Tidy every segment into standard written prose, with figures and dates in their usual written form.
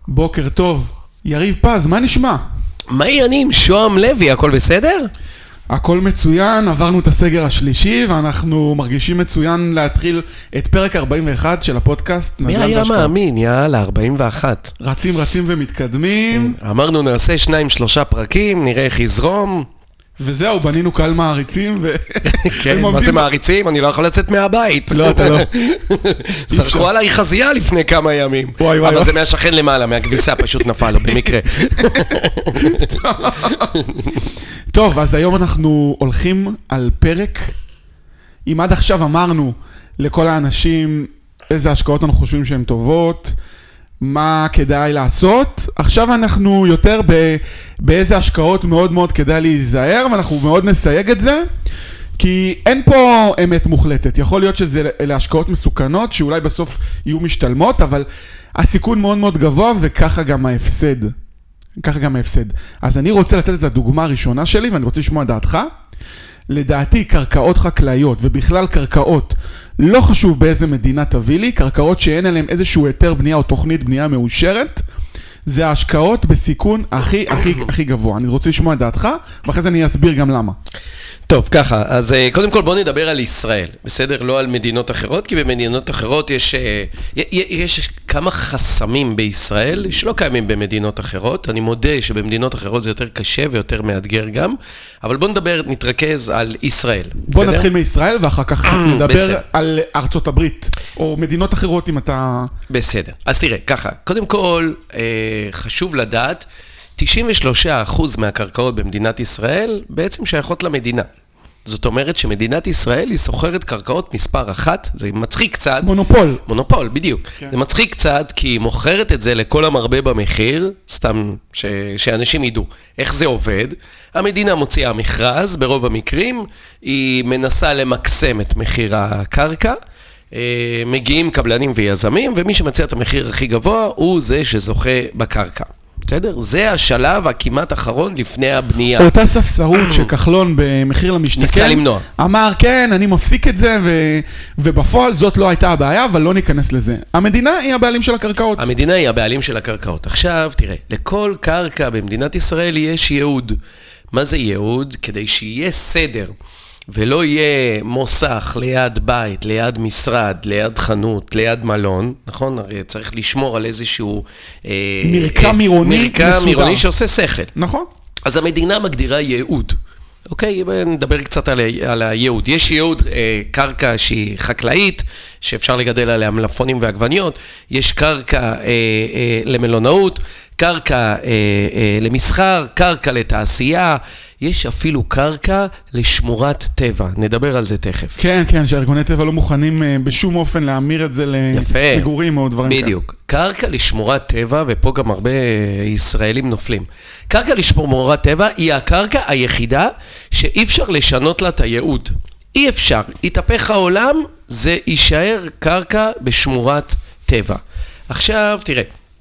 בוקר טוב. יריב פז, מה נשמע? מה העניינים? שוהם לוי, הכל בסדר? הכל מצוין, עברנו את הסגר השלישי ואנחנו מרגישים מצוין להתחיל את פרק 41 של הפודקאסט. מי היה מאמין? יאללה, 41. רצים ומתקדמים. אמרנו נעשה 2-3 פרקים, נראה איך יזרום. וזהו, בנינו קהל מעריצים כן, מה זה מעריצים? אני לא יכול לצאת מהבית. לא, אתה לא. זרקו עליי חזייה לפני כמה ימים. אבל זה מהשכן למעלה, מהכביסה, פשוט נפל לו, במקרה. טוב, אז היום אנחנו הולכים על פרק. אם עד עכשיו אמרנו לכל האנשים איזה השקעות אנחנו חושבים שהן טובות, מה כדאי לעשות, עכשיו אנחנו יותר באיזה השקעות מאוד מאוד כדאי להיזהר, ואנחנו מאוד נסייג את זה, כי אין פה אמת מוחלטת. יכול להיות שאלה השקעות מסוכנות, שאולי בסוף יהיו משתלמות, אבל הסיכון מאוד מאוד גבוה, וככה גם ההפסד. אז אני רוצה לתת את הדוגמה הראשונה שלי, ואני רוצה לשמוע דעתך. לדעתי, קרקעות חקלאיות, ובכלל קרקעות, לא חשוב באיזה מדינה תביא לי, קרקעות שאין עליהן איזשהו היתר בנייה או תוכנית בנייה מאושרת, זה ההשקעות בסיכון הכי גבוה. אני רוצה לשמוע את דעתך, ואחרי זה אני אסביר גם למה. טוב, ככה, אז קודם כל בוא נדבר על ישראל, בסדר? לא על מדינות אחרות, כי במדינות אחרות יש כמה חסמים בישראל שלא קיימים במדינות אחרות. אני מודה שבמדינות אחרות זה יותר קשה ויותר מאתגר גם, אבל בוא נתרכז על ישראל. בוא נתחיל מישראל ואחר כך נדבר על ארצות הברית, או מדינות אחרות אם אתה... בסדר, אז תראה, ככה, קודם כל חשוב לדעת, 93% מהקרקעות במדינת ישראל בעצם שייכות למדינה. זאת אומרת שמדינת ישראל היא סוחרת קרקעות מספר אחת, זה מצחיק קצת. מונופול, בדיוק. כן. זה מצחיק קצת כי היא מוכרת את זה לכל המרבה במחיר, סתם שאנשים ידעו איך זה עובד. המדינה מוציאה מכרז, ברוב המקרים, היא מנסה למקסם את מחיר הקרקע, מגיעים קבלנים ויזמים, ומי שמציע את המחיר הכי גבוה הוא זה שזוכה בקרקע. בסדר? זה השלב הכמעט אחרון לפני הבנייה. אותה ספסרות שכחלון במחיר למשתכן, ניסה למנוע. אמר, כן, אני מפסיק את זה, ובפועל זאת לא הייתה הבעיה, אבל לא ניכנס לזה. המדינה היא הבעלים של הקרקעות. המדינה היא הבעלים של הקרקעות. עכשיו, תראה, לכל קרקע במדינת ישראל יש ייעוד. מה זה ייעוד? כדי שיהיה סדר. ולא יהיה מוסך ליד בית, ליד משרד, ליד חנות, ליד מלון, נכון? הרי צריך לשמור על איזשהו... מרקם עירוני שעושה שכל. נכון. אז המדינה מגדירה ייעוד. אוקיי, נדבר קצת על הייעוד. יש ייעוד קרקע שהיא חקלאית, שאפשר לגדל עליה מלפונים ועגבניות. יש קרקע למלונאות, קרקע למסחר, קרקע לתעשייה. יש אפילו קרקע לשמורת טבע. נדבר על זה תכף. כן, שארגוני טבע לא מוכנים בשום אופן להמיר את זה למגורים או דברים כאלה. בדיוק. קרקע לשמורת טבע, ופה גם הרבה ישראלים נופלים. קרקע לשמורת טבע היא הקרקע היחידה שאי אפשר לשנות לה את הייעוד. אי אפשר. יתהפך העולם, זה יישאר קרקע בשמורת טבע. עכשיו, תראה.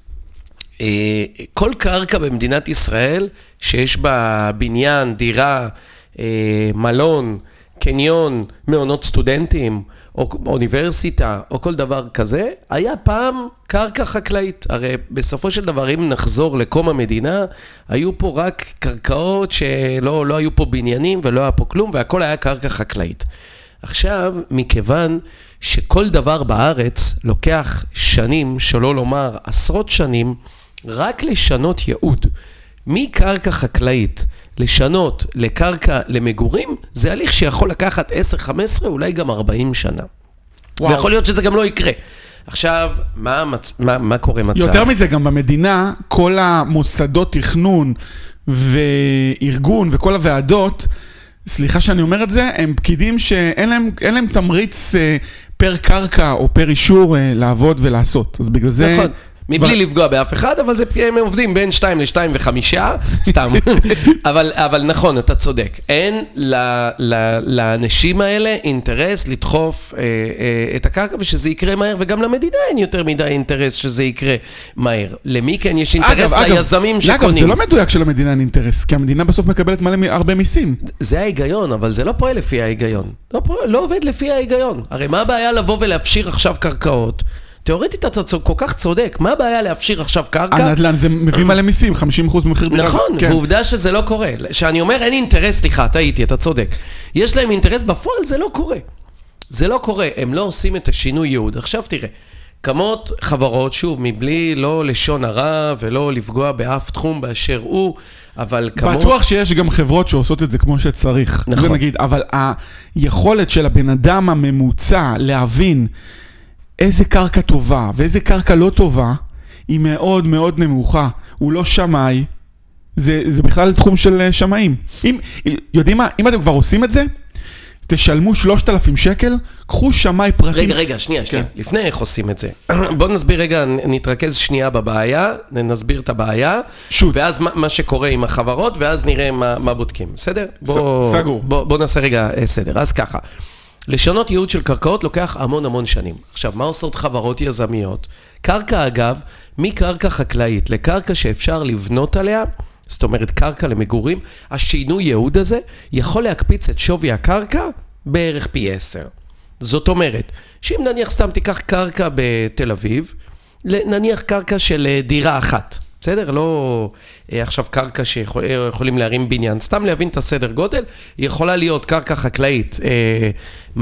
כל קרקע במדינת ישראל שיש בה בניין, דירה, מלון, קניון, מעונות סטודנטים, או אוניברסיטה, או כל דבר כזה, היה פעם קרקע חקלאית. הרי בסופו של דבר, אם נחזור לקום המדינה, היו פה רק קרקעות שלא היו פה בניינים ולא היה פה כלום, והכל היה קרקע חקלאית. עכשיו, מכיוון שכל דבר בארץ לוקח שנים, שלא לומר עשרות שנים, רק לשנות ייעוד, מקרקע חקלאית לשנות לקרקע למגורים, זה הליך שיכול לקחת 10, 15, אולי גם 40 שנה. וואו. ויכול להיות שזה גם לא יקרה. עכשיו, מה קורה מצב? יותר מזה, גם במדינה, כל המוסדות תכנון וארגון וכל הוועדות, סליחה שאני אומר את זה, הם פקידים שאין להם תמריץ פר קרקע או פר אישור לעבוד ולעשות. אז בגלל זה... נכון. מבלי לפגוע באף אחד, אבל הם עובדים בין 2 ל-2 ו5, סתם. אבל נכון, אתה צודק. אין לאנשים האלה אינטרס לדחוף את הקרקע ושזה יקרה מהר, וגם למדינה אין יותר מדי אינטרס שזה יקרה מהר. למי כן יש אינטרס ליזמים שקונים? אגב, זה לא מדויק שלמדינה אין אינטרס, כי המדינה בסוף מקבלת הרבה מיסים. זה ההיגיון, אבל זה לא פועל לפי ההיגיון. לא עובד לפי ההיגיון. הרי מה הבעיה לבוא ולהפשיר עכשיו קרקעות? תיאורטית אתה כל כך צודק, מה הבעיה להפשיר עכשיו קרקע? הנדל"ן זה מביא מלא מיסים, 50% מחיר דירה. נכון, ועובדה שזה לא קורה. שאני אומר, אין אינטרס, סליחה, טעיתי, אתה צודק. יש להם אינטרס, בפועל זה לא קורה. זה לא קורה, הם לא עושים את השינוי ייעוד. עכשיו תראה, כמות חברות, שוב, מבלי לא לשון הרע ולא לפגוע באף תחום באשר הוא, אבל כמות... בטוח שיש גם חברות שעושות את זה כמו שצריך. נכון. זה נגיד, אבל היכולת של הבן אדם הממוצע להבין איזה קרקע טובה ואיזה קרקע לא טובה, היא מאוד מאוד נמוכה. הוא לא שמאי, זה בכלל תחום של שמאים. יודעים מה, אם אתם כבר עושים את זה, תשלמו 3,000 שקל, קחו שמאי פרטי. רגע, שנייה. לפני איך עושים את זה. בוא נסביר רגע, נתרכז שנייה בבעיה, נסביר את הבעיה, ואז מה שקורה עם החברות, ואז נראה מה בודקים. בסדר? סגור. בוא נעשה רגע סדר. אז ככה, לשנות ייעוד של קרקעות לוקח המון שנים. עכשיו, מה עושות חברות יזמיות? קרקע, אגב, מקרקע חקלאית לקרקע שאפשר לבנות עליה, זאת אומרת, קרקע למגורים, השינוי ייעוד הזה יכול להקפיץ את שווי הקרקע בערך פי 10. זאת אומרת, שאם נניח סתם תיקח קרקע בתל אביב, נניח קרקע של דירה אחת, בסדר? לא עכשיו קרקע שיכולים להרים בניין, סתם להבין את הסדר גודל, היא יכולה להיות קרקע חקלאית 200-300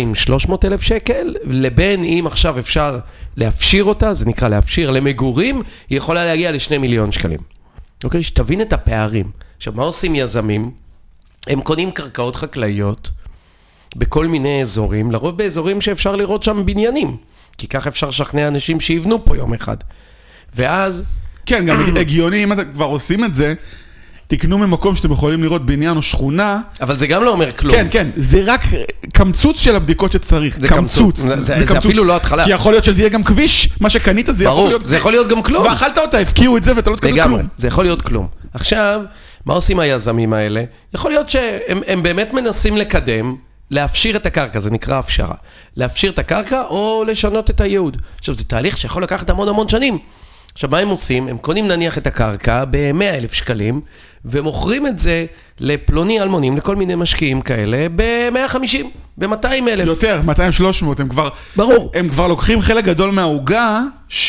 אלף שקל, לבין אם עכשיו אפשר להפשיר אותה, זה נקרא להפשיר למגורים, היא יכולה להגיע ל2 מיליון שקלים. אוקיי, שתבין את הפערים. עכשיו, מה עושים יזמים? הם קונים קרקעות חקלאיות בכל מיני אזורים, לרוב באזורים שאפשר לראות שם בניינים, כי כך אפשר לשכנע אנשים שיבנו פה יום אחד. ואז... כן, גם הגיוני, אם אתם כבר עושים את זה, תקנו ממקום שאתם יכולים לראות בניין או שכונה. אבל זה גם לא אומר כלום. כן, זה רק קמצוץ של הבדיקות שצריך. זה קמצוץ. זה אפילו לא התחלה. כי יכול להיות שזה יהיה גם כביש, מה שקנית זה יכול להיות... ברור, זה יכול להיות גם כלום. ואכלת אותה, הפקיעו את זה ואתה לא תקנו כלום. לגמרי, זה יכול להיות כלום. עכשיו, מה עושים היזמים האלה? יכול להיות שהם באמת מנסים לקדם, להפשיר את הקרקע, זה נקרא הפשרה. להפשיר את הקרקע או לשנות את הייעוד. עכשיו, זה תהליך שיכול לקחת המון שנים. עכשיו, מה הם עושים? הם קונים נניח את הקרקע ב100,000 שקלים, ומוכרים את זה לפלוני אלמונים, לכל מיני משקיעים כאלה, ב150, ב200,000. יותר, 200-300, הם כבר... ברור. הם כבר לוקחים חלק גדול מההוגה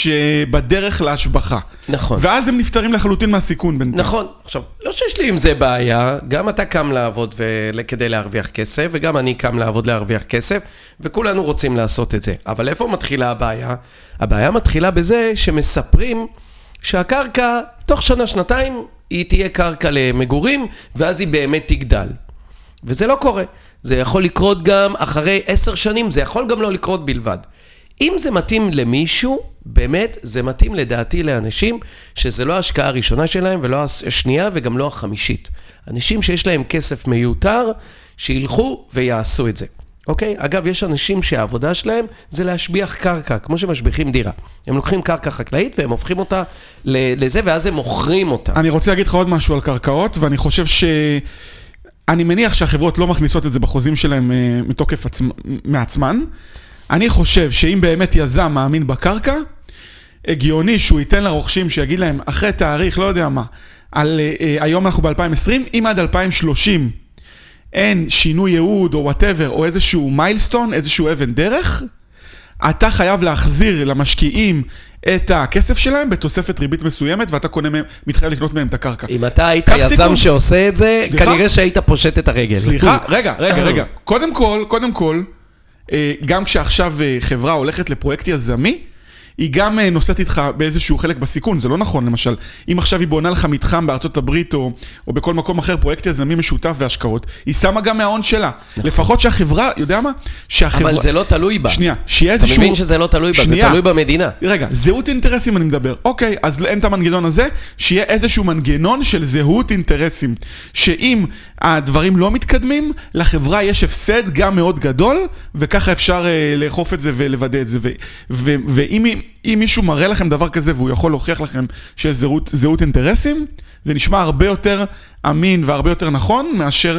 שבדרך להשבחה. נכון. ואז הם נפטרים לחלוטין מהסיכון בינתיים. נכון. עכשיו, לא שיש לי עם זה בעיה, גם אתה קם לעבוד כדי להרוויח כסף, וגם אני קם לעבוד להרוויח כסף, וכולנו רוצים לעשות את זה. אבל איפה מתחילה הבעיה? הבעיה מתחילה בזה שמספרים שהקרקע, תוך שנה-שנתיים, היא תהיה קרקע למגורים, ואז היא באמת תגדל. וזה לא קורה. זה יכול לקרות גם אחרי 10 שנים, זה יכול גם לא לקרות בלבד. אם זה מתאים למישהו, באמת זה מתאים לדעתי לאנשים, שזה לא ההשקעה הראשונה שלהם, ולא השנייה וגם לא החמישית. אנשים שיש להם כסף מיותר, שילכו ויעשו את זה. אוקיי? אגב, יש אנשים שהעבודה שלהם זה להשביח קרקע, כמו שמשביחים דירה. הם לוקחים קרקע חקלאית והם הופכים אותה לזה, ואז הם מוכרים אותה. אני רוצה להגיד לך עוד משהו על קרקעות, ואני חושב אני מניח שהחברות לא מכניסות את זה בחוזים שלהם מתוקף מעצמן. אני חושב שאם באמת יזם מאמין בקרקע, הגיוני שהוא ייתן לרוכשים שיגיד להם, אחרי תאריך, לא יודע מה, היום אנחנו ב-2020, אם עד 2030 אין שינוי ייעוד או whatever, או איזשהו מיילסטון, איזשהו אבן דרך, אתה חייב להחזיר למשקיעים את הכסף שלהם בתוספת ריבית מסוימת, ואתה מתחייב לקנות מהם את הקרקע. אם אתה היית יזם שעושה את זה, כנראה שהיית פושט את הרגל. סליחה, רגע. קודם כל, גם כשעכשיו חברה הולכת לפרויקט יזמי, היא גם נושאת איתך באיזשהו חלק בסיכון, זה לא נכון, למשל, אם עכשיו היא בונה לך מתחם בארצות הברית, או בכל מקום אחר, פרויקט יזמי משותף והשקעות, היא שמה גם מההון שלה. לפחות שהחברה, יודע מה? אבל זה לא תלוי בה. שנייה, שיהיה איזשהו... אתה מבין שזה לא תלוי בה, זה תלוי במדינה. רגע, זהות אינטרסים אני מדבר. אוקיי, אז אין את המנגנון הזה, שיהיה איזשהו מנגנון של זהות אינטרסים, שאם הדברים לא מתקדמים, לחברה יש הפסד גם מאוד גדול, וככה אפשר לאכוף את זה ולוודא את זה. ואם מישהו מראה לכם דבר כזה, והוא יכול להוכיח לכם שיש זהות אינטרסים, זה נשמע הרבה יותר אמין והרבה יותר נכון, מאשר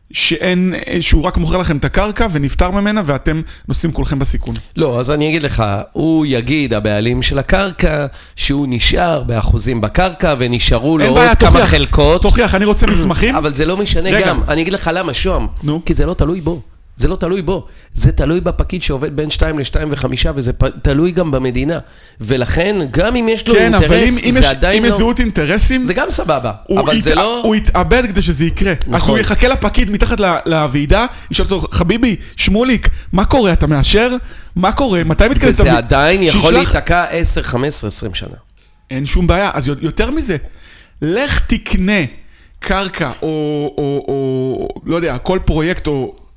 שהוא רק מוכר לכם את הקרקע ונפטר ממנה, ואתם נוסעים כולכם בסיכון. לא, אז אני אגיד לך, הוא יגיד, הבעלים של הקרקע, שהוא נשאר באחוזים בקרקע, ונשארו לו עוד כמה חלקות. תוכיח, אני רוצה מסמכים. אבל זה לא משנה גם. אני אגיד לך למה, שום. כי זה לא תלוי בו. זה לא תלוי בו, זה תלוי בפקיד שעובד בין 2 ל-2 ו-5, וזה תלוי גם במדינה. ולכן, גם אם יש לו אינטרס, זה עדיין לא... אם יש זהות אינטרסים... זה גם סבבה, אבל זה לא... הוא יתאבד כדי שזה יקרה. אז הוא יחכה לפקיד מתחת לוועידה, ישאל אותו, חביבי, שמוליק, מה קורה? אתה מאשר? מה קורה? מתי מתכנס... וזה עדיין יכול להתקע 10, 15, 20 שנה. אין שום בעיה. אז יותר מזה, לך תקנה קרקע, או לא יודע, כל פרויקט,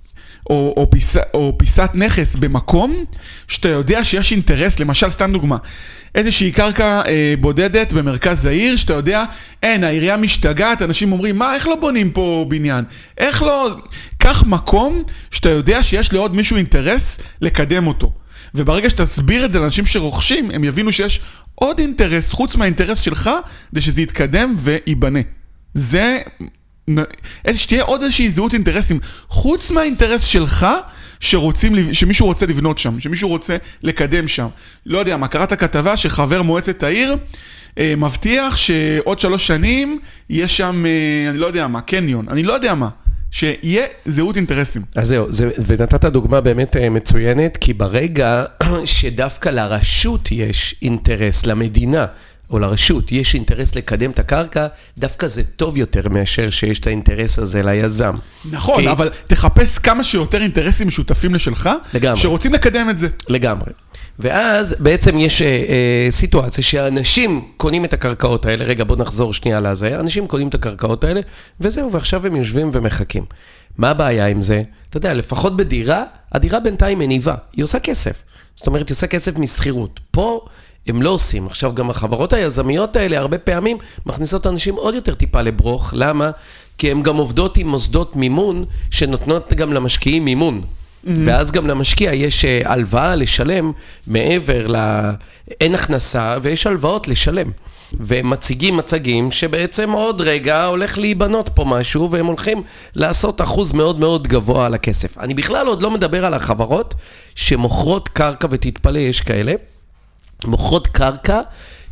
או פיסת נכס במקום, שאתה יודע שיש אינטרס, למשל, סתם דוגמה, איזושהי קרקע בודדת במרכז העיר, שאתה יודע, אין, העירייה משתגעת, אנשים אומרים, מה, איך לא בונים פה בניין? איך לא... קח מקום שאתה יודע שיש לעוד מישהו אינטרס לקדם אותו. וברגע שתסביר את זה לאנשים שרוכשים, הם יבינו שיש עוד אינטרס, חוץ מהאינטרס שלך, כדי שזה יתקדם ויבנה. זה... שתהיה עוד איזושהי זהות אינטרסים, חוץ מהאינטרס שלך, שמישהו רוצה לבנות שם, שמישהו רוצה לקדם שם. לא יודע מה, קראת כתבה שחבר מועצת העיר מבטיח שעוד 3 שנים יש שם, אני לא יודע מה, קניון, אני לא יודע מה, שיהיה זהות אינטרסים. אז זהו, ונתת דוגמה באמת מצוינת, כי ברגע שדווקא לרשות יש אינטרס, למדינה, או לרשות, יש אינטרס לקדם את הקרקע, דווקא זה טוב יותר מאשר שיש את האינטרס הזה ליזם. נכון, אבל תחפש כמה שיותר אינטרסים משותפים לשלך, לגמרי. שרוצים לקדם את זה. לגמרי. ואז בעצם יש סיטואציה שאנשים קונים את הקרקעות האלה, רגע בוא נחזור שנייה לזה, אנשים קונים את הקרקעות האלה, וזהו, ועכשיו הם יושבים ומחכים. מה הבעיה עם זה? אתה יודע, לפחות בדירה, הדירה בינתיים מניבה, היא עושה כסף. זאת אומרת, היא עושה כסף מסחירות. פה הם לא עושים. עכשיו, גם החברות היזמיות האלה, הרבה פעמים, מכניסות אנשים עוד יותר טיפה לברוך. למה? כי הם גם עובדות עם מוסדות מימון, שנותנות גם למשקיעים מימון. ואז גם למשקיע יש הלוואה לשלם מעבר אין הכנסה, ויש הלוואות לשלם. ומציגים מצגים שבעצם עוד רגע הולך להיבנות פה משהו, והם הולכים לעשות אחוז מאוד מאוד גבוה על הכסף. אני בכלל עוד לא מדבר על החברות שמוכרות קרקע, ותתפלא, יש כאלה, מוכרות קרקע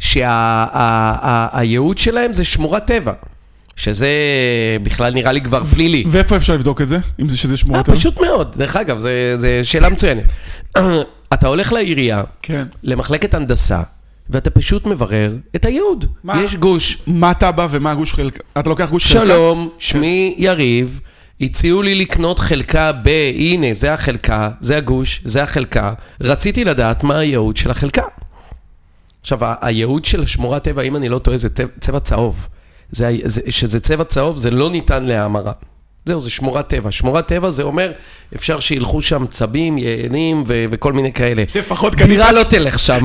שהייעוד שלהם זה שמורת טבע. שזה בכלל נראה לי כבר פלילי. ואיפה אפשר לבדוק את זה? אם זה שזה שמורת טבע? פשוט מאוד. דרך אגב, זה שאלה מצוינת. אתה הולך לעירייה, למחלקת הנדסה, ואתה פשוט מברר את הייעוד. יש גוש. מה אתה בא ומה הגוש חלקה? אתה לוקח גוש חלקה? שלום, שמי יריב, הציעו לי לקנות חלקה הנה, זה החלקה, זה הגוש, זה החלקה. רציתי לדעת מה הייעוד של החלקה. עכשיו, הייעוד של שמורת טבע, אם אני לא טועה, זה צבע צהוב. שזה צבע צהוב, זה לא ניתן להאמרה. זהו, זה שמורת טבע. שמורת טבע זה אומר, אפשר שילכו שם צבים, יענים וכל מיני כאלה. לפחות דירה לא תלך שם.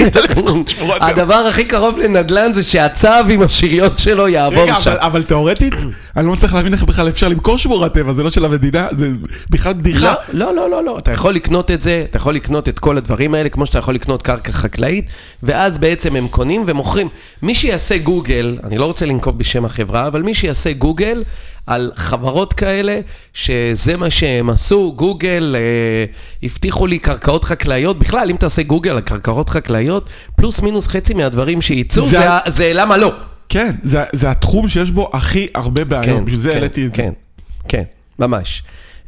הדבר הכי קרוב לנדלן זה שהצב עם השריון שלו יעבור שם. אבל תיאורטית, אני לא מצליח להבין איך בכלל אפשר למכור שמורת טבע, זה לא של המדינה, זה בכלל בדיחה. לא. אתה יכול לקנות את זה, אתה יכול לקנות את כל הדברים האלה, כמו שאתה יכול לקנות קרקע חקלאית, ואז בעצם הם קונים ומוכרים. מי שיעשה גוגל, אני לא רוצה לנקוב בשם החברה, אבל מי שיעשה גוגל, על חברות כאלה, שזה מה שהם עשו, גוגל, הבטיחו לי קרקעות חקלאיות, בכלל, אם תעשה גוגל על קרקעות חקלאיות, פלוס מינוס חצי מהדברים שייצאו, זה למה לא. כן, זה התחום שיש בו הכי הרבה בעיות, בשביל זה העליתי את זה. כן, ממש.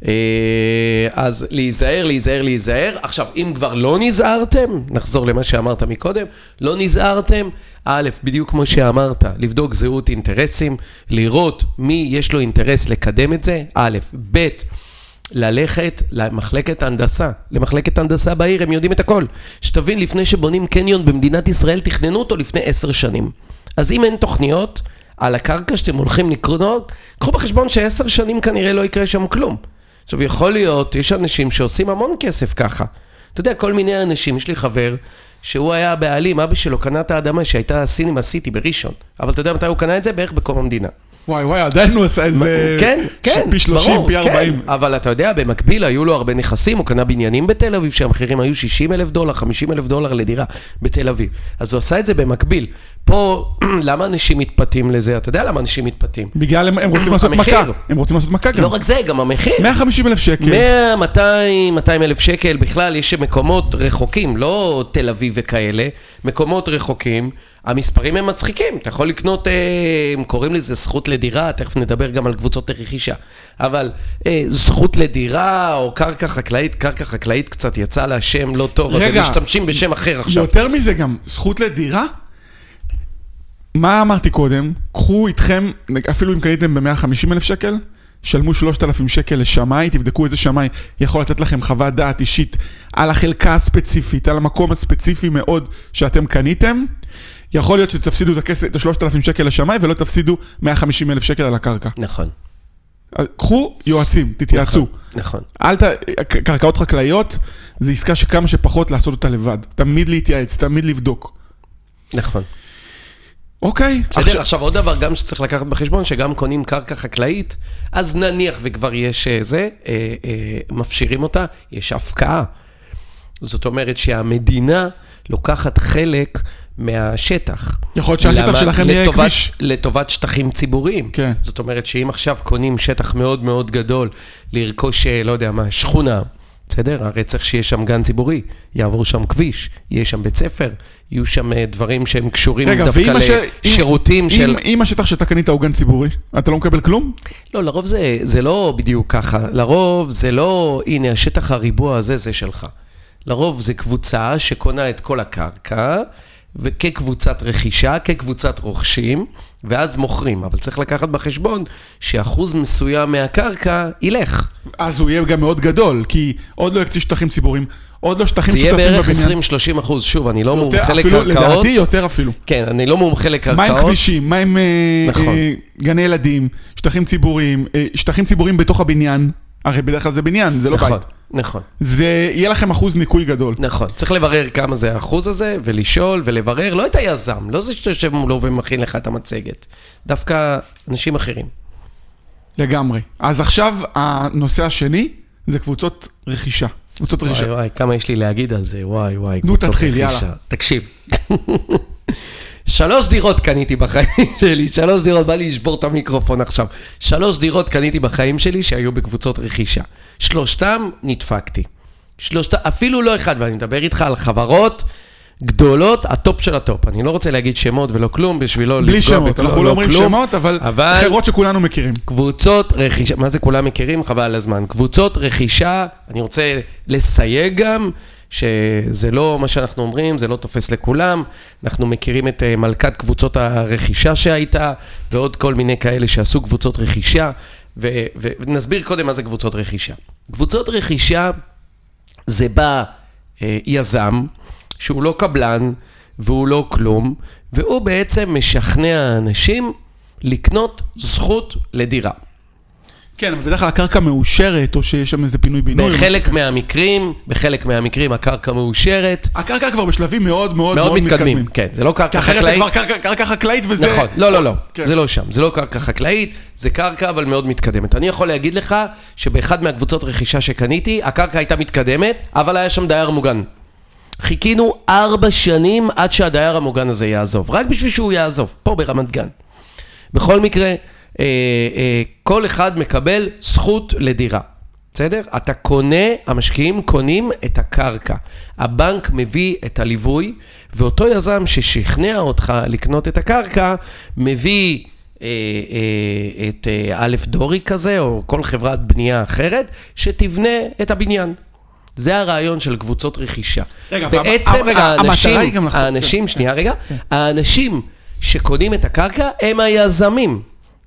אז להיזהר. עכשיו, אם כבר לא נזהרתם, נחזור למה שאמרת מקודם, לא נזהרתם, א', בדיוק כמו שאמרת, לבדוק זהות אינטרסים, לראות מי יש לו אינטרס לקדם את זה, א', ב', ללכת למחלקת הנדסה, למחלקת הנדסה בעיר, הם יודעים את הכל. שתבין, לפני שבונים קניון במדינת ישראל, תכננו אותו לפני 10 שנים. אז אם אין תוכניות על הקרקע שאתם הולכים לקנות, קחו בחשבון ש10 שנים כנראה לא יקרה שם כלום. עכשיו, יכול להיות, יש אנשים שעושים המון כסף ככה. אתה יודע, כל מיני אנשים, יש לי חבר, שהוא היה בעלים, אבא שלו קנה את האדמה שהייתה סינמה סיטי בראשון. אבל אתה יודע מתי הוא קנה את זה? בערך בקום המדינה. וואי, עדיין הוא עשה איזה... כן, פי 30, פי 40. אבל אתה יודע, במקביל היו לו הרבה נכסים, הוא קנה בניינים בתל אביב, שהמחירים היו $60,000, $50,000 לדירה בתל אביב. אז הוא עשה את זה במקביל. פה, למה אנשים מתפתים לזה? אתה יודע למה אנשים מתפתים? בגלל הם רוצים לעשות מכה. הם רוצים לעשות מכה גם. לא רק זה, גם המחיר. 150,000 שקל. 100, 200, 200,000 שקל. בכלל, יש מקומות רחוקים, לא תל אביב וכאלה, מקומות רחוקים. המספרים הם מצחיקים, אתה יכול לקנות, הם קוראים לזה זכות לדירה, תכף נדבר גם על קבוצות לרכישה, אבל זכות לדירה או קרקע חקלאית קצת יצא לה שם לא טוב, אז הם משתמשים בשם אחר עכשיו. יותר מזה גם, זכות לדירה, מה אמרתי קודם? קחו איתכם, אפילו אם קניתם ב-150,000 שקל, שלמו 3,000 שקל לשמאי, תבדקו איזה שמאי יכול לתת לכם חוות דעת אישית על החלקה הספציפית, על המקום הספציפי מאוד שאתם קניתם. יכול להיות שתפסידו את 3,000 שקל לשמאי ולא תפסידו 150,000 שקל על הקרקע. נכון. קחו יועצים, תתייעצו. נכון. קרקעות חקלאיות, זה עסקה שכמה שפחות לעשות אותה לבד. תמיד להתייעץ, תמיד לבדוק. נכון. אוקיי. עכשיו עוד דבר גם שצריך לקחת בחשבון, שגם קונים קרקע חקלאית, אז נניח וכבר יש מפשירים אותה, יש הפקעה. זאת אומרת שהמדינה לוקחת חלק מהשטח. יכול להיות שהשטח שלכם יהיה כביש. לטובת שטחים ציבוריים. כן. זאת אומרת שאם עכשיו קונים שטח מאוד מאוד גדול, לרכוש, לא יודע מה, שכונה, בסדר? הרי צריך שיש שם גן ציבורי, יעבור שם כביש, יהיה שם בית ספר, יהיו שם דברים שהם קשורים דווקא לשירותים של... אם השטח שאתה קנית הוא גן ציבורי, אתה לא מקבל כלום? לא, לרוב זה לא בדיוק ככה. לרוב זה לא, הנה, השטח הריבוע הזה זה שלך. לרוב זה קבוצה שקונה את כל הקרקע, וכקבוצת רכישה, כקבוצת רוכשים, ואז מוכרים. אבל צריך לקחת בחשבון שאחוז מסוים מהקרקע ילך. אז הוא יהיה גם מאוד גדול, כי עוד לא יקצי שטחים ציבוריים, עוד לא שטחים שותפים בבניין. זה יהיה בערך 20-30%. שוב, אני לא מומחה לקרקעות. לדעתי יותר אפילו. כן, אני לא מומחה לקרקעות. מה עם כבישים, מה עם גני ילדים, שטחים ציבוריים בתוך הבניין. הרי בדרך כלל זה בניין, זה לא בית. נכון. זה יהיה לכם אחוז ניקוי גדול. נכון. צריך לברר כמה זה האחוז הזה, ולשאול ולברר, לא את היזם, לא זה שתשב מולו ומכין לך את המצגת. דווקא אנשים אחרים. לגמרי. אז עכשיו הנושא השני, זה קבוצות רכישה. קבוצות רכישה. וואי, כמה יש לי להגיד על זה, וואי, נו, תתחיל, יאללה. תקשיב. 3 דירות קניתי בחיים שלי, 3 דירות, בא לי לשבור את המיקרופון עכשיו. 3 דירות קניתי בחיים שלי שהיו בקבוצות רכישה. 3 נדפקתי. אפילו לא אחד, ואני מדבר איתך על חברות גדולות, הטופ של הטופ. אני לא רוצה להגיד שמות ולא כלום, בשבילו בלי שמות, אנחנו לא אומרים שמות, אבל חברות שכולנו מכירים. קבוצות רכישה, מה זה כולם מכירים? חבל על הזמן. קבוצות רכישה, אני רוצה לסייג גם, שזה לא מה שאנחנו אומרים, זה לא תופס לכולם. אנחנו מכירים את מלכת קבוצות הרכישה שהייתה, ועוד כל מיני כאלה שעשו קבוצות רכישה, ונסביר קודם מה זה קבוצות רכישה. קבוצות רכישה זה בא יזם, שהוא לא קבלן, והוא לא כלום, והוא בעצם משכנע אנשים לקנות זכות לדירה. כן, אבל בדרך כלל הקרקע מאושרת, או שיש שם איזה פינוי בינוי. בחלק מהמקרים הקרקע מאושרת. הקרקע כבר בשלבים מאוד מאוד מתקדמים. כן, זה לא קרקע חקלאית. חקלאית. אחרת זה כבר קרקע חקלאית וזה... נכון, לא, זה לא שם. זה לא קרקע חקלאית, זה קרקע אבל מאוד מתקדמת. אני יכול להגיד לך שבאחד מהקבוצות רכישה שקניתי, הקרקע הייתה מתקדמת, אבל היה שם דייר מוגן. חיכינו 4 שנים עד שהדייר המוגן הזה יעזוב. רק בשביל שהוא יעזוב, פה ברמת גן. בכל מקרה, כל אחד מקבל זכות לדירה. בסדר? אתה קונה, המשקיעים קונים את הקרקע. הבנק מביא את הליווי, ואותו יזם ששכנע אותך לקנות את הקרקע, מביא את א' דורי כזה, או כל חברת בנייה אחרת, שתבנה את הבניין. זה הרעיון של קבוצות רכישה. בעצם האנשים, שנייה רגע, האנשים שקונים את הקרקע הם היזמים.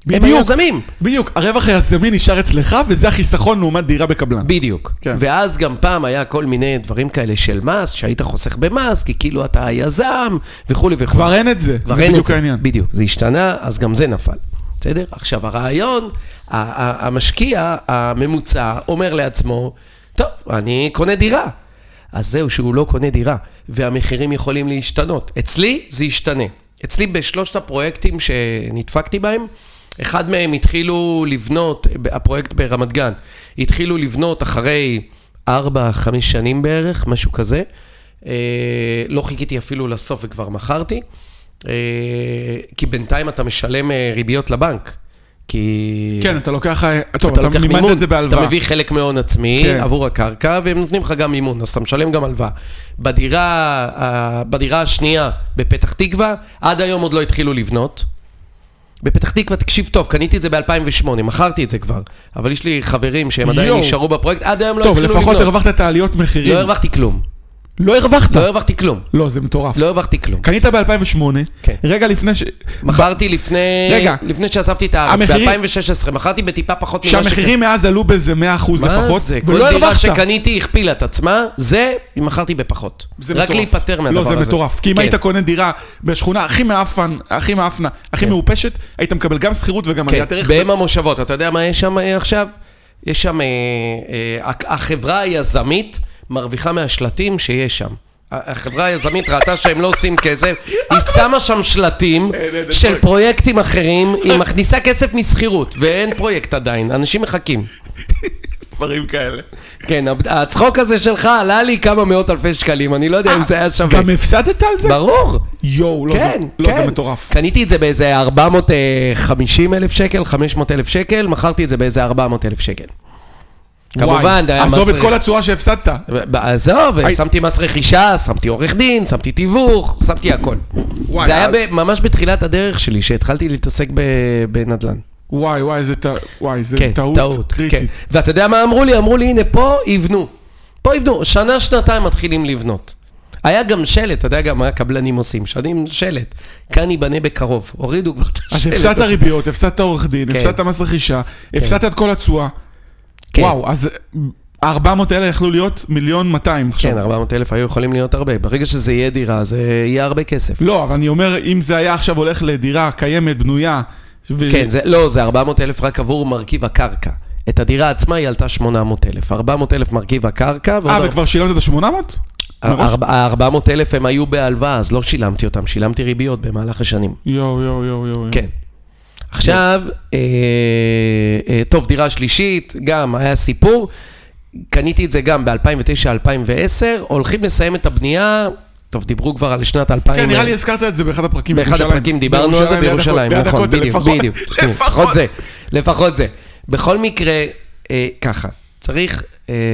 בדיוק, הרווח היזמי נשאר אצלך, וזה החיסכון לעומת דירה בקבלן. בדיוק. ואז גם פעם היה כל מיני דברים כאלה של מס, שהיית חוסך במס, כי כאילו אתה היזם, וכו' וכו'. כבר אין את זה, זה בדיוק העניין. בדיוק, זה השתנה, אז גם זה נפל. בסדר? עכשיו, הרעיון, המשקיע הממוצע אומר לעצמו, טוב, אני קונה דירה. אז זהו שהוא לא קונה דירה, והמחירים יכולים להשתנות. אצלי זה ישתנה. אצלי בשלושת הפרויקטים שנדפקתי בהם, אחד מהם התחילו לבנות, הפרויקט ברמת גן, התחילו לבנות אחרי 4-5 שנים בערך, משהו כזה. לא חיכיתי אפילו לסוף וכבר מכרתי, כי בינתיים אתה משלם ריביות לבנק. כי... כן, אתה לוקח... טוב, אתה מימנת את זה בהלוואה. אתה מביא חלק מהון עצמי עבור הקרקע, והם נותנים לך גם מימון, אז אתה משלם גם הלוואה. בדירה השנייה בפתח תקווה, עד היום עוד לא התחילו לבנות. בפתח תקווה, תקשיב טוב, קניתי את זה ב-2008, מכרתי את זה כבר, אבל יש לי חברים שהם עדיין נשארו בפרויקט, עד היום לא התחילו לבנות. טוב, לפחות הרווחת את העליות מחירים. לא הרווחתי כלום. לא הרווחת? לא הרווחתי כלום. לא, זה מטורף. לא הרווחתי כלום. קנית ב-2008, רגע לפני ש... מכרתי לפני שאספתי את הארץ, ב-2016, מכרתי בטיפה פחות... שהמחירים מאז עלו בזה 100% לפחות, מה זה? כל דירה שקניתי הכפילה את עצמה, זה מכרתי בפחות. רק להיפטר מהדבר הזה. לא, זה מטורף. כי אם היית קונה דירה בשכונה הכי מאפנה, הכי מעופשת, היית מקבל גם שכירות וגם עליית ערך. בהם המושבות, אתה יודע מה יש שם עכשיו? יש שם החברה היזמית מרוויחה מהשלטים שיש שם. החברה היזמית ראתה שהם לא עושים כסף, היא שמה שם שלטים של פרויקטים אחרים, היא מכניסה כסף מסחירות, ואין פרויקט עדיין, אנשים מחכים. דברים כאלה. כן, הצחוק הזה שלך עלה לי כמה מאות אלפי שקלים, אני לא יודע אם זה היה שווה. גם הפסדת על זה? ברור. יואו, לא, זה מטורף. קניתי את זה באיזה 450,000 שקל, 500,000 שקל, מכרתי את זה באיזה 400,000 שקל. כמובן, עזוב את כל הצורה שהפסדת. עזוב, שמתי מס רכישה, שמתי עורך דין, שמתי תיווך, שמתי הכל. זה היה ממש בתחילת הדרך שלי, שהתחלתי להתעסק בנדל"ן. וואי, זה טעות קריטית. ואתה יודע מה אמרו לי? אמרו לי, הנה, פה יבנו. שנה, שנתיים מתחילים לבנות. היה גם שלט, אתה יודע גם מה הקבלנים עושים, שנים שלט, כאן ייבנה בקרוב, הורידו כבר את השלט. אז הפסדת ריביות, הפסדת עורך דין, הפסדת מס רכישה, הפסדת את כל הצורה. וואו, אז 400 האלה יכלו להיות 1,200,000 עכשיו. כן, 400,000 היו יכולים להיות הרבה. ברגע שזה יהיה דירה, זה יהיה הרבה כסף. לא, אבל אני אומר, אם זה היה עכשיו הולך לדירה קיימת, בנויה... כן, לא, זה 400,000 רק עבור מרכיב הקרקע. את הדירה עצמה היא עלתה 800,000. 400,000 מרכיב הקרקע... וכבר שילמת את ה-800? ה-400,000 הם היו בהלוואה, אז לא שילמתי אותם, שילמתי ריביות במהלך השנים. יו. כן. עכשיו, טוב, דירה שלישית, גם היה סיפור, קניתי את זה גם ב-2009-2010, הולכים לסיים את הבנייה, טוב, דיברו כבר על שנת 2000. כן, נראה לי הזכרת את זה באחד הפרקים בירושלים. באחד הפרקים דיברנו על זה בירושלים, נכון, בדיוק. לפחות זה. בכל מקרה, ככה, צריך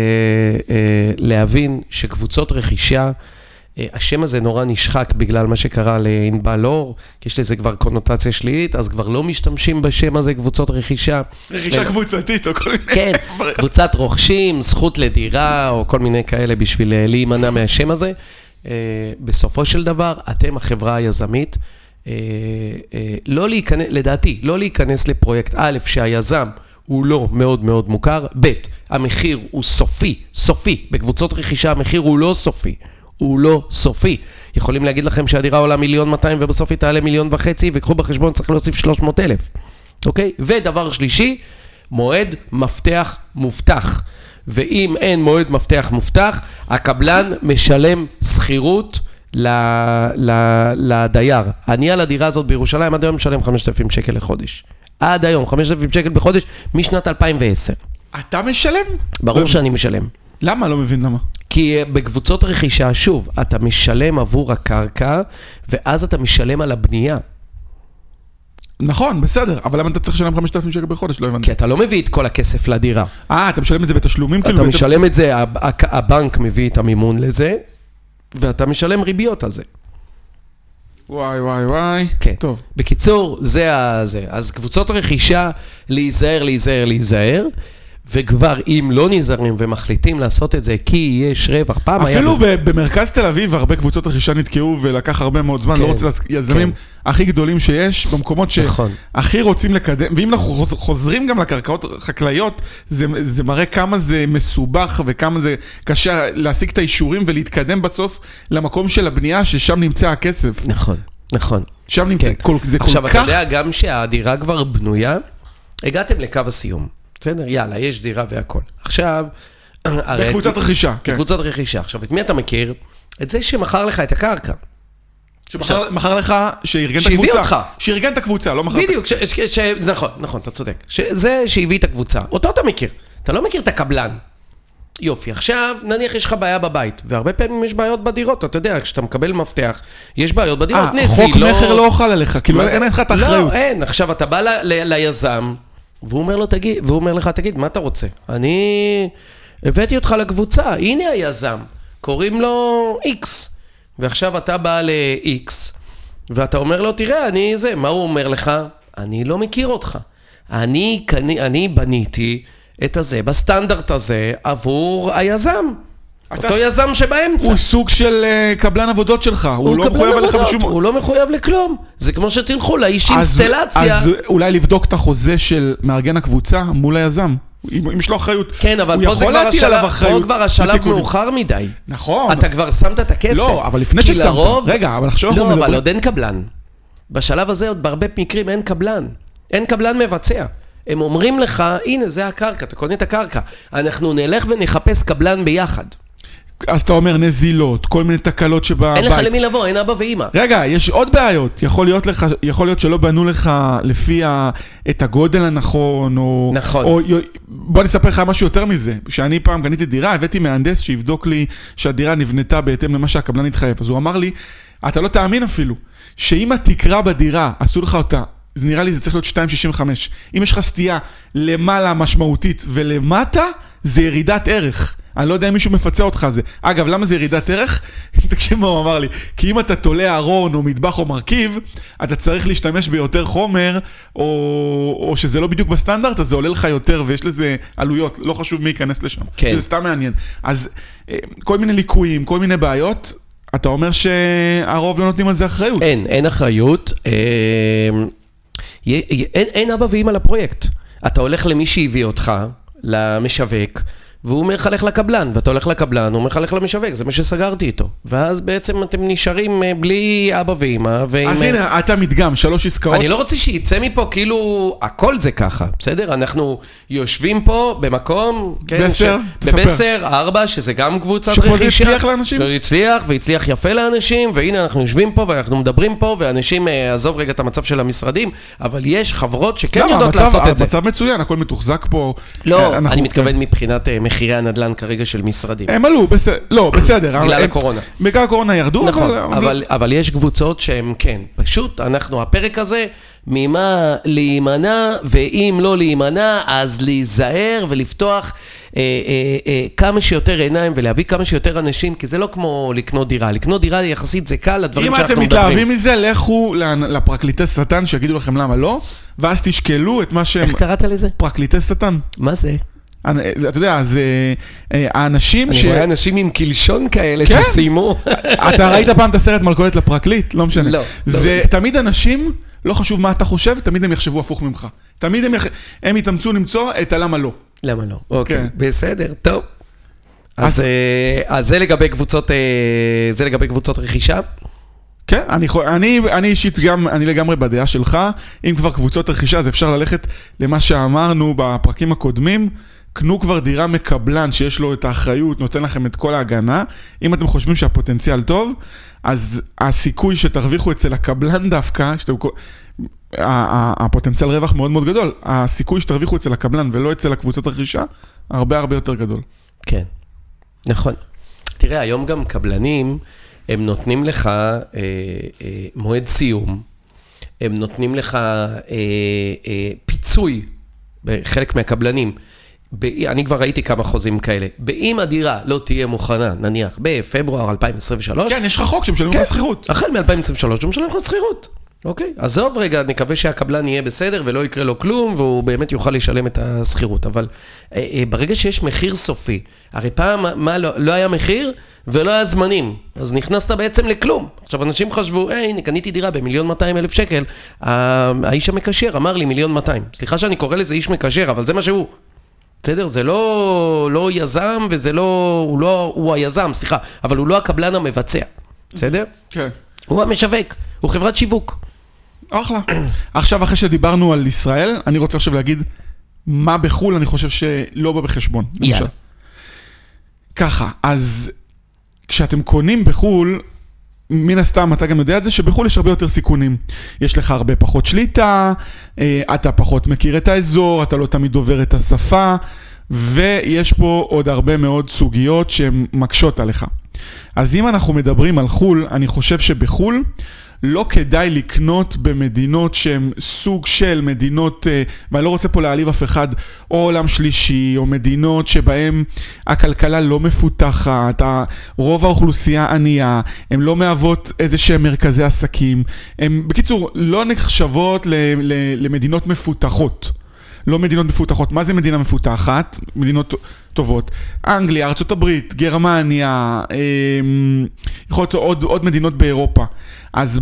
להבין שקבוצות רכישה, השם הזה נורא נשחק בגלל מה שקרה לענבל אור, כי יש לזה כבר קונוטציה שלילית, אז כבר לא משתמשים בשם הזה קבוצות רכישה. רכישה קבוצתית או כל מיני. כן, קבוצת רוכשים, זכות לדירה או כל מיני כאלה בשביל להימנע מהשם הזה. בסופו של דבר, אתם החברה היזמית, לדעתי, לא להיכנס לפרויקט א' שהיזם הוא לא מאוד מאוד מוכר, ב' המחיר הוא סופי, בקבוצות רכישה המחיר הוא לא סופי. הוא לא סופי. יכולים להגיד לכם שהדירה עולה 1,200,000 ובסוף היא תעלה 1.5 מיליון, וקחו בחשבון צריך להוסיף 300,000. אוקיי? ודבר שלישי, מועד מפתח מובטח. ואם אין מועד מפתח מובטח, הקבלן משלם שכירות לדייר. אני על הדירה הזאת בירושלים עד היום משלם 5,000 שקל לחודש. עד היום 5,000 שקל בחודש משנת 2010. אתה משלם? ברור שאני משלם. למה? לא מבין למה. כי בקבוצות רכישה, שוב, אתה משלם עבור הקרקע, ואז אתה משלם על הבנייה. נכון, בסדר, אבל למה אתה צריך לשלם 5,000 שקל בחודש? לא הבנתי. כי אתה לא מביא את כל הכסף לדירה. אתה משלם את זה בתשלומים? אתה משלם את זה, הבנק מביא את המימון לזה, ואתה משלם ריביות על זה. וואי. כן. טוב. בקיצור, זה. אז קבוצות רכישה, להיזהר, וכבר אם לא נזהרים ומחליטים לעשות את זה כי יש רווח, פעם היה... אפילו במרכז תל אביב הרבה קבוצות רכישה נתקעו ולקח הרבה מאוד זמן, לא רוצה יזמים הכי גדולים שיש, במקומות שהכי רוצים לקדם, ואם אנחנו חוזרים גם לקרקעות חקלאיות, זה מראה כמה זה מסובך וכמה זה קשה להשיג את האישורים ולהתקדם בסוף למקום של הבנייה ששם נמצא הכסף. נכון. שם נמצא, זה כל כך... עכשיו, אתה יודע גם שהדירה כבר בנויה, הגעתם לקו הסיום. בסדר? יאללה, יש דירה והכל. עכשיו... בקבוצת רכישה, כן. בקבוצת רכישה. עכשיו, את מי אתה מכיר? את זה שמכר לך את הקרקע. שמכר לך, שארגן את הקבוצה. שהביא אותך. שארגן את הקבוצה, לא מכר... בדיוק, נכון, אתה צודק. זה שהביא את הקבוצה. אותו אתה מכיר. אתה לא מכיר את הקבלן. יופי, עכשיו נניח יש לך בעיה בבית, והרבה פעמים יש בעיות בדירות, אתה יודע, כשאתה מקבל מפתח, יש בעיות בדירות, חוק מכר לא אוכל עליך, כאילו אין לך את האחריות. לא, אין, עכשיו אתה בא ליזם, והוא אומר לך, תגיד, מה אתה רוצה? אני הבאתי אותך לקבוצה, הנה היזם, קוראים לו X, ועכשיו אתה בא ל-X, ואתה אומר לו, תראה, מה הוא אומר לך? אני לא מכיר אותך. אני בניתי את הזה, בסטנדרט הזה, עבור היזם. אותו יזם שבאמצע. הוא סוג של קבלן עבודות שלך, הוא לא מחויב עליך בשום... הוא לא מחויב לכלום. זה כמו שתלכו לאיש אינסטלציה. אז אולי לבדוק את החוזה של מארגן הקבוצה מול היזם. אם יש לו אחריות. כן, אבל פה כבר השלב מאוחר מדי. נכון. אתה כבר שמת את הכסף. לא, אבל לפני ששמת. רגע, אבל עכשיו לא, אבל עוד אין קבלן. בשלב הזה עוד בהרבה מקרים אין קבלן. אין קבלן מבצע. הם אומרים לך, הנה זה הקרקע, אתה קונה את הקרקע. אנחנו נלך ונחפש קבלן ביחד. אז אתה אומר נזילות, כל מיני תקלות שבבית. אין לך למי לבוא, אין אבא ואמא. רגע, יש עוד בעיות. יכול להיות שלא בנו לך לפי את הגודל הנכון, או... נכון. בוא נספר לך משהו יותר מזה. כשאני פעם קניתי דירה, הבאתי מהנדס שיבדוק לי שהדירה נבנתה בהתאם למה שהקבלן התחייב. אז הוא אמר לי, אתה לא תאמין אפילו, שאם התקרה בדירה, עשו לך אותה, זה נראה לי זה צריך להיות 2.65. אם יש לך סטייה למעלה משמעותית ולמטה, זה ירידת ערך. אני לא יודע אם מישהו מפצה אותך על זה. אגב, למה זה ירידת ערך? תקשיב מה הוא אמר לי. כי אם אתה תולה ארון או מטבח או מרכיב, אתה צריך להשתמש ביותר חומר, או שזה לא בדיוק בסטנדרט, אז זה עולה לך יותר, ויש לזה עלויות. לא חשוב מי ייכנס לשם. כן. זה סתם מעניין. אז כל מיני ליקויים, כל מיני בעיות, אתה אומר שהרוב לא נותנים על זה אחריות. אין אחריות. אין אבא ואמא לפרויקט. אתה הולך למי שהביא אותך, למשווק, והוא אומר לך לך לקבלן, ואתה הולך לקבלן, הוא אומר לך לך למשווק, זה מה שסגרתי איתו. ואז בעצם אתם נשארים בלי אבא ואמא. אז הנה, אתה מדגם, 3 עסקאות. אני לא רוצה שיצא מפה כאילו, הכל זה ככה, בסדר? אנחנו יושבים פה במקום, בבסר, 4, שזה גם קבוצת רכישה. שפה זה הצליח לאנשים? זה הצליח, והצליח יפה לאנשים, והנה אנחנו יושבים פה, ואנחנו מדברים פה, ואנשים, עזוב רגע את המצב של המשרדים, אבל יש חברות שכן יודעות לעשות את זה. המצב מצוין, הכל מתוחזק פה. לא, אני מתכוון מבחינת מחירי הנדל"ן כרגע של משרדים. הם עלו, לא, בסדר. בגלל הקורונה. בגלל הקורונה ירדו, נכון, אבל יש קבוצות שהן כן. פשוט אנחנו, הפרק הזה, ממה להימנע, ואם לא להימנע, אז להיזהר ולפתוח כמה שיותר עיניים, ולהביא כמה שיותר אנשים, כי זה לא כמו לקנות דירה. לקנות דירה יחסית זה קל, לדברים שאנחנו מדברים. אם אתם מתלהבים מזה, לכו לפרקליטי שטן, שיגידו לכם למה לא, ואז תשקלו את מה שהם... איך קראת לזה? פרקליטי שטן. מה זה? אתה יודע, זה האנשים אני רואה אנשים עם קלשון כאלה שסיימו. אתה ראית פעם את הסרט מלכודת לפרקליט? לא משנה. לא. זה תמיד אנשים, לא חשוב מה אתה חושב, תמיד הם יחשבו הפוך ממך. תמיד הם יתאמצו למצוא את הלמה לא. למה לא? אוקיי, בסדר, טוב. אז זה לגבי קבוצות רכישה? כן, אני אישית גם, אני לגמרי בדעה שלך. אם כבר קבוצות רכישה, אז אפשר ללכת למה שאמרנו בפרקים הקודמים. קנו כבר דירה מקבלן שיש לו את האחריות, נותן לכם את כל ההגנה. אם אתם חושבים שהפוטנציאל טוב, אז הסיכוי שתרוויחו אצל הקבלן דווקא, הפוטנציאל רווח מאוד מאוד גדול, הסיכוי שתרוויחו אצל הקבלן ולא אצל הקבוצות הרכישה, הרבה הרבה יותר גדול. כן, נכון. תראה, היום גם קבלנים, הם נותנים לך מועד סיום, הם נותנים לך פיצוי בחלק מהקבלנים. אני כבר ראיתי כמה חוזים כאלה. באם הדירה לא תהיה מוכנה, נניח, בפברואר 2023. כן, יש לך חוק שמשלמים לך שכירות. החל מ-2023 הוא משלם לך שכירות. אוקיי, עזוב רגע, נקווה שהקבלן יהיה בסדר ולא יקרה לו כלום, והוא באמת יוכל לשלם את השכירות. אבל ברגע שיש מחיר סופי, הרי פעם מה לא היה מחיר ולא היה זמנים, אז נכנסת בעצם לכלום. עכשיו אנשים חשבו, הנה, קניתי דירה ב1,200,000 שקל, האיש המקשר אמר לי 1,200,000. סליחה שאני קורא לזה איש מקשר, אבל זה מה שהוא. בסדר? זה לא יזם, וזה לא, הוא היזם, סליחה, אבל הוא לא הקבלן המבצע. בסדר? כן. הוא המשווק, הוא חברת שיווק. אחלה. עכשיו, אחרי שדיברנו על ישראל, אני רוצה עכשיו להגיד מה בחול אני חושב שלא בא בחשבון. יאללה. ככה, אז כשאתם קונים בחול, מן הסתם אתה גם יודע את זה, שבחול יש הרבה יותר סיכונים. יש לך הרבה פחות שליטה, אתה פחות מכיר את האזור, אתה לא תמיד עובר את השפה, ויש פה עוד הרבה מאוד סוגיות שהן מקשות עליך. אז אם אנחנו מדברים על חול, אני חושב שבחול לא כדאי לקנות במדינות שהן סוג של מדינות, ואני לא רוצה פה להעליב אף אחד, או עולם שלישי, או מדינות שבהן הכלכלה לא מפותחת, רוב האוכלוסייה ענייה, הן לא מהוות איזה שהם מרכזי עסקים, הן בקיצור לא נחשבות למדינות מפותחות. לא מדינות מפותחות. מה זה מדינה מפותחת? מדינות טובות. אנגליה, ארצות הברית, גרמניה, יכול להיות עוד מדינות באירופה. אז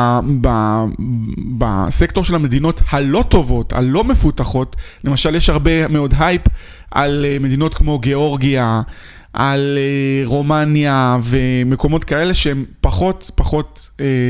בסקטור של המדינות הלא טובות, הלא מפותחות, למשל יש הרבה מאוד הייפ על מדינות כמו גיאורגיה, על רומניה ומקומות כאלה שהן פחות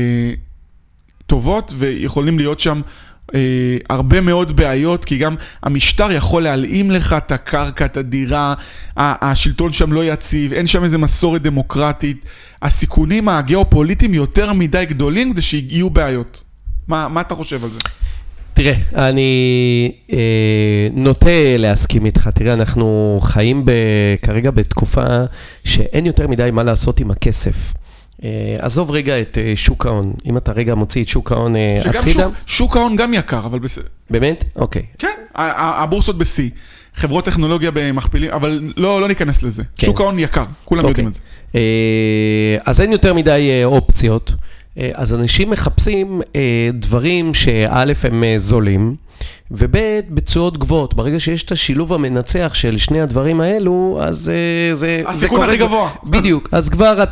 טובות ויכולים להיות שם הרבה מאוד בעיות, כי גם המשטר יכול להלאים לך את הקרקע, את הדירה, השלטון שם לא יציב, אין שם איזה מסורת דמוקרטית, הסיכונים הגיאופוליטיים יותר מדי גדולים כדי שיהיו בעיות. מה אתה חושב על זה? תראה, אני נוטה להסכים איתך. תראה, אנחנו חיים כרגע בתקופה שאין יותר מדי מה לעשות עם הכסף. עזוב רגע את שוק ההון, אם אתה רגע מוציא את שוק ההון הצידה. שוק ההון גם יקר, אבל בסדר. באמת? אוקיי. כן, הבורסות בסי, חברות טכנולוגיה במכפילים, אבל לא ניכנס לזה. שוק ההון יקר, כולם יודעים את זה. אז אין יותר מדי אופציות, אז אנשים מחפשים דברים שא' הם זולים, וב' בתשואות גבוהות. ברגע שיש את השילוב המנצח של שני הדברים האלו, אז זה הסיכון הכי גבוה. בדיוק. אז כבר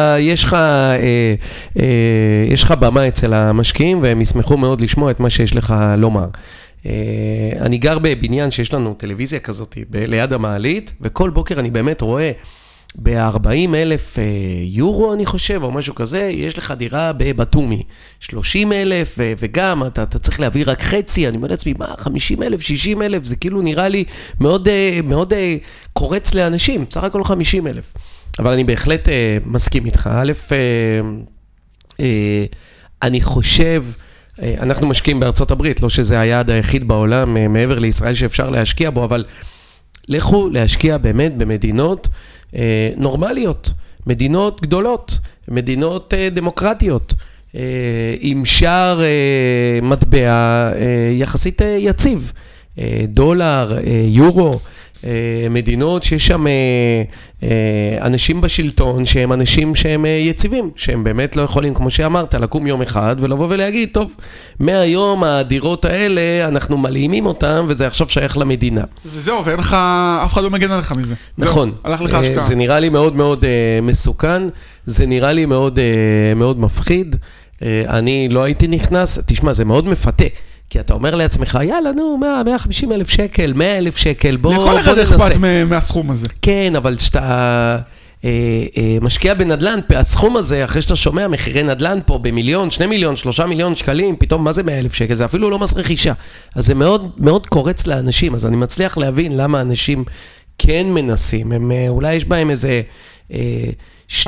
יש לך במה אצל המשקיעים, והם ישמחו מאוד לשמוע את מה שיש לך לומר. אני גר בבניין שיש לנו טלוויזיה כזאת ליד המעלית, וכל בוקר אני באמת רואה ב-40,000 יורו, אני חושב, או משהו כזה, יש לך דירה בבטומי. 30,000, וגם אתה צריך להביא רק חצי, אני אומר לעצמי, מה, 50,000, 60,000, זה כאילו נראה לי מאוד, מאוד קורץ לאנשים, צריך הכל 50,000. אבל אני בהחלט מסכים איתך. א', אני חושב, אנחנו משקיעים בארצות הברית, לא שזה היעד היחיד בעולם מעבר לישראל שאפשר להשקיע בו, אבל לכו להשקיע באמת במדינות נורמליות, מדינות גדולות, מדינות דמוקרטיות, עם שער מטבע יחסית יציב, דולר, יורו, מדינות שיש שם אנשים בשלטון שהם אנשים שהם יציבים, שהם באמת לא יכולים, כמו שאמרת, לקום יום אחד ולבוא ולהגיד, טוב, מהיום הדירות האלה אנחנו מלאימים אותם וזה עכשיו שייך למדינה. וזהו, ואין לך, אף אחד לא מגן עליך מזה. נכון. הלך לך השקעה. זה נראה לי מאוד מאוד מסוכן, זה נראה לי מאוד מאוד מפחיד. אני לא הייתי נכנס, תשמע, זה מאוד מפתה. כי אתה אומר לעצמך, יאללה, נו, 150,000 שקל, 100,000 שקל, בוא ננסה. לכל אחד אכפת מהסכום הזה. כן, אבל שאתה משקיע בנדל"ן, הסכום הזה, אחרי שאתה שומע מחירי נדל"ן פה במיליון, 2 מיליון, 3 מיליון שקלים, פתאום מה זה 100,000 שקל? זה אפילו לא מס רכישה. אז זה מאוד מאוד קורץ לאנשים, אז אני מצליח להבין למה אנשים כן מנסים. הם, אולי יש בהם איזה 2%, 3%,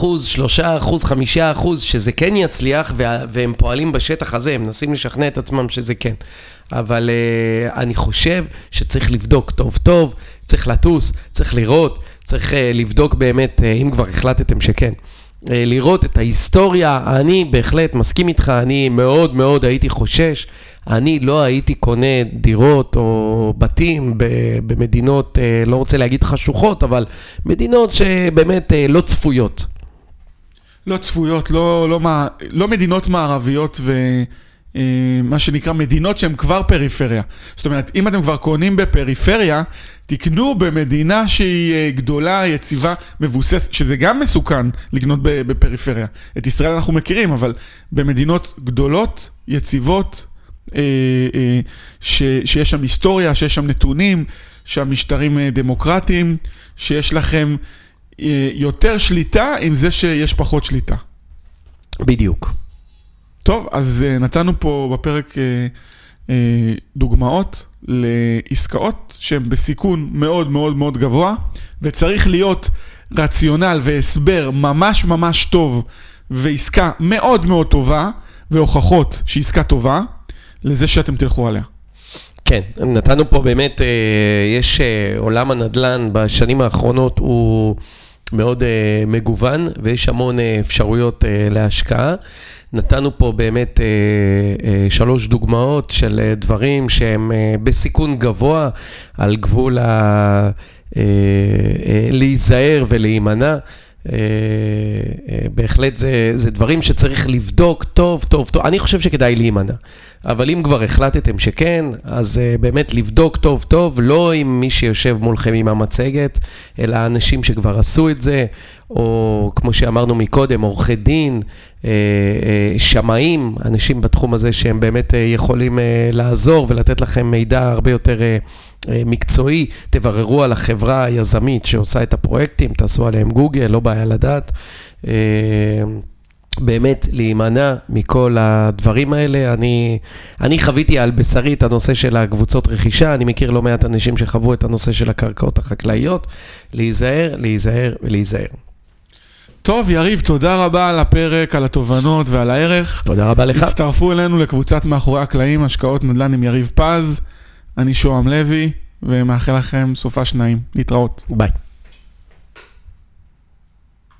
5%, שזה כן יצליח, והם פועלים בשטח הזה, הם מנסים לשכנע את עצמם שזה כן. אבל אני חושב שצריך לבדוק טוב טוב, צריך לטוס, צריך לראות, צריך לבדוק באמת, אם כבר החלטתם שכן, לראות את ההיסטוריה. אני בהחלט מסכים איתך, אני מאוד מאוד הייתי חושש, אני לא הייתי קונה דירות או בתים במדינות, לא רוצה להגיד חשוכות, אבל מדינות שבאמת לא צפויות. לא צפויות, לא מדינות מערביות ומה שנקרא מדינות שהן כבר פריפריה. זאת אומרת, אם אתם כבר קונים בפריפריה, תקנו במדינה שהיא גדולה, יציבה, מבוססת, שזה גם מסוכן לקנות בפריפריה. את ישראל אנחנו מכירים, אבל במדינות גדולות, יציבות, שיש שם היסטוריה, שיש שם נתונים, שהמשטרים דמוקרטיים, שיש לכם יותר שליטה עם זה שיש פחות שליטה. בדיוק. טוב, אז נתנו פה בפרק דוגמאות לעסקאות שהן בסיכון מאוד מאוד מאוד גבוה, וצריך להיות רציונל והסבר ממש ממש טוב, ועסקה מאוד מאוד טובה, והוכחות שהיא עסקה טובה, לזה שאתם תלכו עליה. כן, נתנו פה באמת, יש עולם הנדל"ן בשנים האחרונות הוא מאוד מגוון, ויש המון אפשרויות להשקעה. נתנו פה באמת 3 דוגמאות של דברים שהם בסיכון גבוה, על גבול להיזהר ולהימנע. בהחלט זה דברים שצריך לבדוק טוב, טוב, טוב. אני חושב שכדאי להימנע. אבל אם כבר החלטתם שכן, אז באמת לבדוק טוב, טוב, לא עם מי שיושב מולכם עם המצגת, אלא האנשים שכבר עשו את זה, או כמו שאמרנו מקודם, עורכי דין, שמאים, אנשים בתחום הזה שהם באמת יכולים לעזור ולתת לכם מידע הרבה יותר מקצועי. תבררו על החברה היזמית שעושה את הפרויקטים, תעשו עליהם גוגל, לא בעיה לדעת. באמת להימנע מכל הדברים האלה. אני חוויתי על בשרי את הנושא של הקבוצות רכישה, אני מכיר לא מעט אנשים שחוו את הנושא של הקרקעות החקלאיות. להיזהר, להיזהר ולהיזהר. טוב, יריב, תודה רבה על הפרק, על התובנות ועל הערך. תודה רבה לך. הצטרפו אלינו לקבוצת מאחורי הקלעים, השקעות נדל"ן עם יריב פז. אני שוהם לוי, ומאחל לכם סופה שניים. להתראות. ביי.